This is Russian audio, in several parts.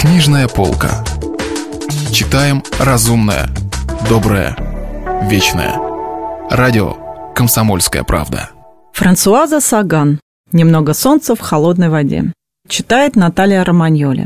Книжная полка. Читаем разумное, доброе, вечное. Радио «Комсомольская правда». Франсуаза Саган. «Немного солнца в холодной воде». Читает Наталья Романьоли.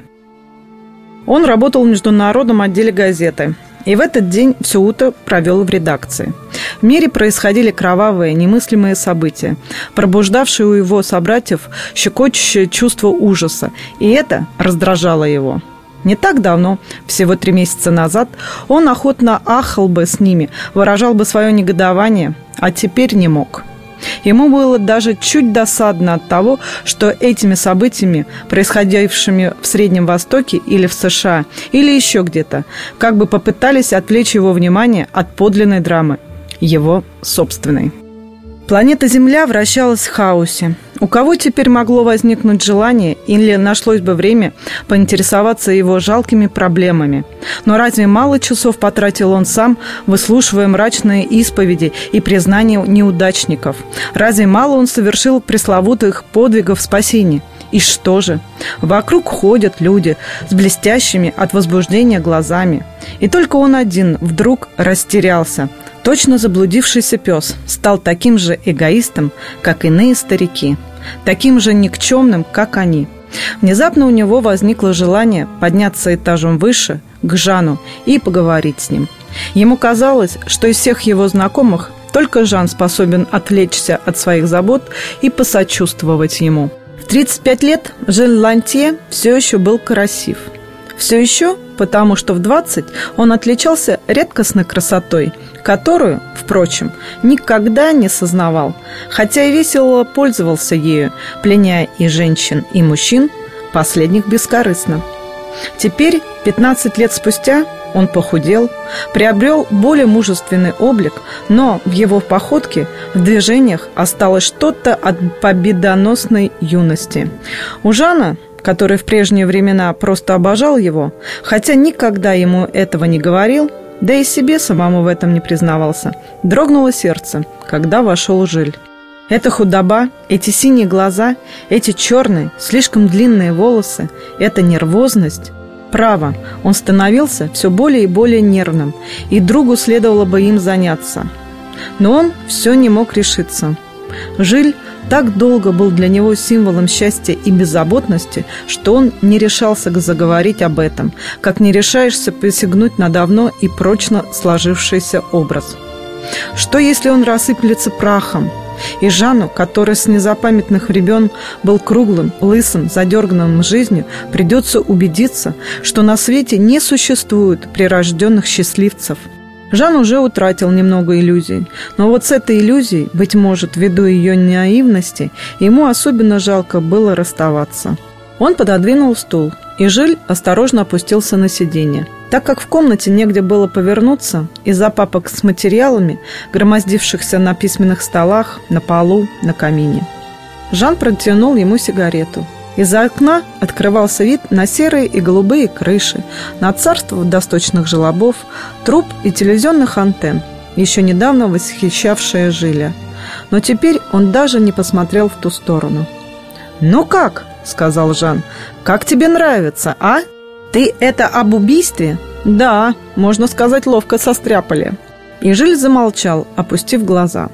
Он работал в международном отделе газеты. И в этот день все утро провел в редакции. В мире происходили кровавые, немыслимые события, пробуждавшие у его собратьев щекочущее чувство ужаса. И это раздражало его. Не так давно, всего 3 месяца назад, он охотно ахал бы с ними, выражал бы свое негодование, а теперь не мог. Ему было даже чуть досадно от того, что этими событиями, происходившими в Среднем Востоке или в США, или еще где-то, как бы попытались отвлечь его внимание от подлинной драмы, его собственной. Планета Земля вращалась в хаосе. У кого теперь могло возникнуть желание или нашлось бы время поинтересоваться его жалкими проблемами? Но разве мало часов потратил он сам, выслушивая мрачные исповеди и признания неудачников? Разве мало он совершил пресловутых подвигов спасения? И что же? Вокруг ходят люди с блестящими от возбуждения глазами. И только он один вдруг растерялся. Точно заблудившийся пес стал таким же эгоистом, как иные старики, таким же никчемным, как они. Внезапно у него возникло желание подняться этажом выше, к Жану, и поговорить с ним. Ему казалось, что из всех его знакомых только Жан способен отвлечься от своих забот и посочувствовать ему. В 35 лет Жиль Лантье все еще был красив. Все еще потому, что в 20 он отличался редкостной красотой, которую, впрочем, никогда не сознавал, хотя и весело пользовался ею, пленяя и женщин, и мужчин, последних бескорыстно. Теперь, 15 лет спустя, он похудел, приобрел более мужественный облик, но в его походке, в движениях осталось что-то от победоносной юности. У Жана, который в прежние времена просто обожал его, хотя никогда ему этого не говорил, да и себе самому в этом не признавался, дрогнуло сердце, когда вошел Жиль. Эта худоба, эти синие глаза, эти черные, слишком длинные волосы, эта нервозность. Право, он становился все более и более нервным, и другу следовало бы им заняться. Но он все не мог решиться. Жиль так долго был для него символом счастья и беззаботности, что он не решался заговорить об этом, как не решаешься посягнуть на давно и прочно сложившийся образ. Что, если он рассыплется прахом? И Жану, который с незапамятных времен был круглым, лысым, задерганным жизнью, придется убедиться, что на свете не существует прирожденных счастливцев. Жан уже утратил немного иллюзий, но вот с этой иллюзией, быть может, ввиду ее наивности, ему особенно жалко было расставаться. Он пододвинул стул, и Жиль осторожно опустился на сиденье. Так как в комнате негде было повернуться, из-за папок с материалами, громоздившихся на письменных столах, на полу, на камине. Жан протянул ему сигарету. Из-за окна открывался вид на серые и голубые крыши, на царство водосточных желобов, труб и телевизионных антенн, еще недавно восхищавшие Жиля. Но теперь он даже не посмотрел в ту сторону. «Ну как?» – сказал Жан. «Как тебе нравится, а? Ты это об убийстве?» «Да, можно сказать, ловко состряпали». И Жиль замолчал, опустив глаза.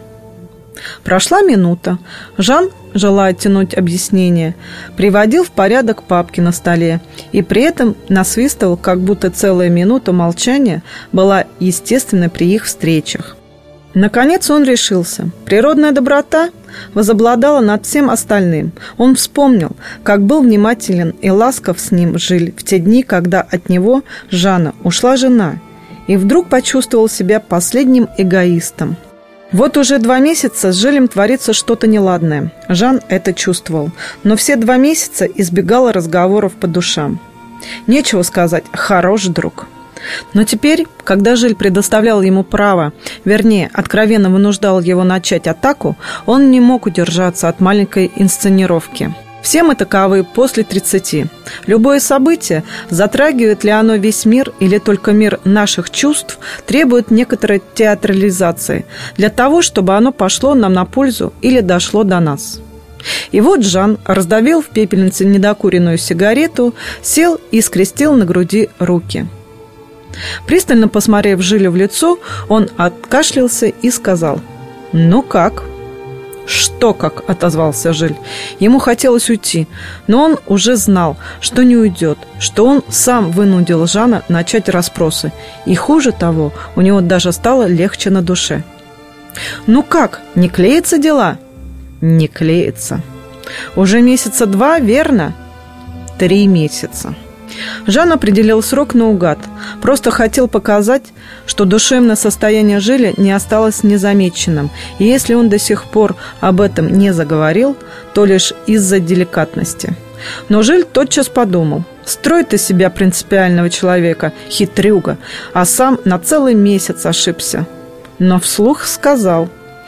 Прошла минута. Жан, желая тянуть объяснение, приводил в порядок папки на столе и при этом насвистывал, как будто целая минута молчания была естественной при их встречах. Наконец он решился. Природная доброта возобладала над всем остальным. Он вспомнил, как был внимателен и ласков с ним Жиль в те дни, когда от него, Жана, ушла жена, и вдруг почувствовал себя последним эгоистом. Вот уже 2 месяца с Жилем творится что-то неладное. Жан это чувствовал, но все 2 месяца избегал разговоров по душам. Нечего сказать, хорош друг. Но теперь, когда Жиль предоставлял ему право, вернее, откровенно вынуждал его начать атаку, он не мог удержаться от маленькой инсценировки. Все мы таковы после 30. Любое событие, затрагивает ли оно весь мир или только мир наших чувств, требует некоторой театрализации для того, чтобы оно пошло нам на пользу или дошло до нас. И вот Жан раздавил в пепельнице недокуренную сигарету, сел и скрестил на груди руки. Пристально посмотрев Жилю в лицо, он откашлялся и сказал: «Ну как?» «Что как?» – отозвался Жиль. Ему хотелось уйти, но он уже знал, что не уйдет, что он сам вынудил Жана начать расспросы. И хуже того, у него даже стало легче на душе. «Ну как, не клеятся дела?» «Не клеится. Уже месяца 2, верно?» 3 месяца. Жан определил срок наугад. Просто хотел показать, что душевное состояние Жиля не осталось незамеченным. И если он до сих пор об этом не заговорил, то лишь из-за деликатности. Но Жиль тотчас подумал: строит из себя принципиального человека, хитрюга, а сам на целый месяц ошибся. Но вслух сказал: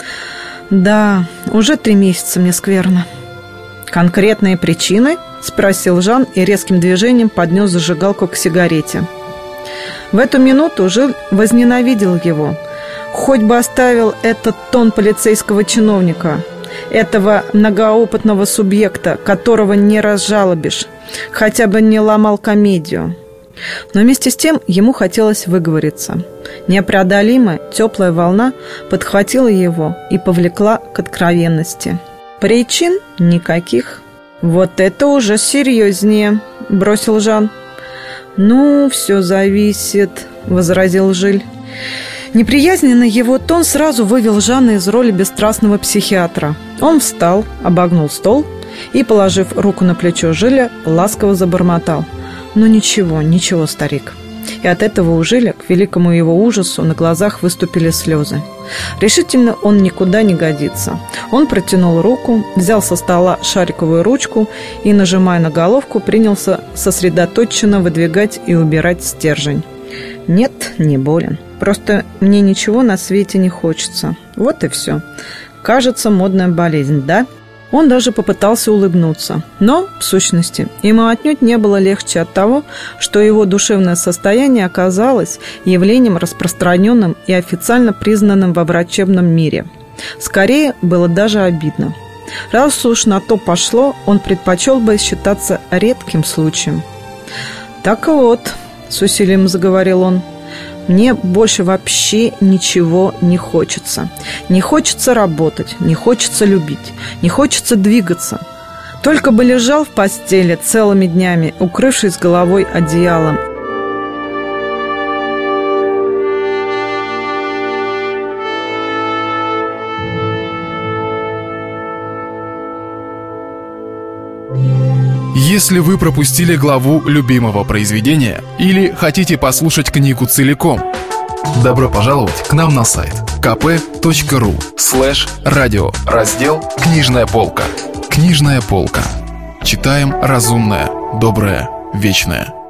«Да, уже 3 месяца мне скверно». «Конкретные причины?» – спросил Жан и резким движением поднес зажигалку к сигарете. В эту минуту Жиль возненавидел его. Хоть бы оставил этот тон полицейского чиновника, этого многоопытного субъекта, которого не разжалобишь, хотя бы не ломал комедию. Но вместе с тем ему хотелось выговориться. Непреодолимая теплая волна подхватила его и повлекла к откровенности. «Причин никаких». «Вот это уже серьезнее», – бросил Жан. «Ну, все зависит», – возразил Жиль. Неприязненный его тон сразу вывел Жана из роли бесстрастного психиатра. Он встал, обогнул стол и, положив руку на плечо Жиля, ласково забормотал: «Ну ничего, ничего, старик». И от этого у Жиля, к великому его ужасу, на глазах выступили слезы. Решительно он никуда не годится. Он протянул руку, взял со стола шариковую ручку и, нажимая на головку, принялся сосредоточенно выдвигать и убирать стержень. «Нет, не болен. Просто мне ничего на свете не хочется. Вот и все. Кажется, модная болезнь, да?» Он даже попытался улыбнуться. Но, в сущности, ему отнюдь не было легче от того, что его душевное состояние оказалось явлением распространенным и официально признанным во врачебном мире. Скорее, было даже обидно. Раз уж на то пошло, он предпочел бы считаться редким случаем. «Так вот», — с усилием заговорил он, — «мне больше вообще ничего не хочется. Не хочется работать, не хочется любить, не хочется двигаться. Только бы лежал в постели целыми днями, укрывшись головой одеялом». Если вы пропустили главу любимого произведения или хотите послушать книгу целиком, добро пожаловать к нам на сайт kp.ru/радио, раздел «Книжная полка». Книжная полка. Читаем разумное, доброе, вечное.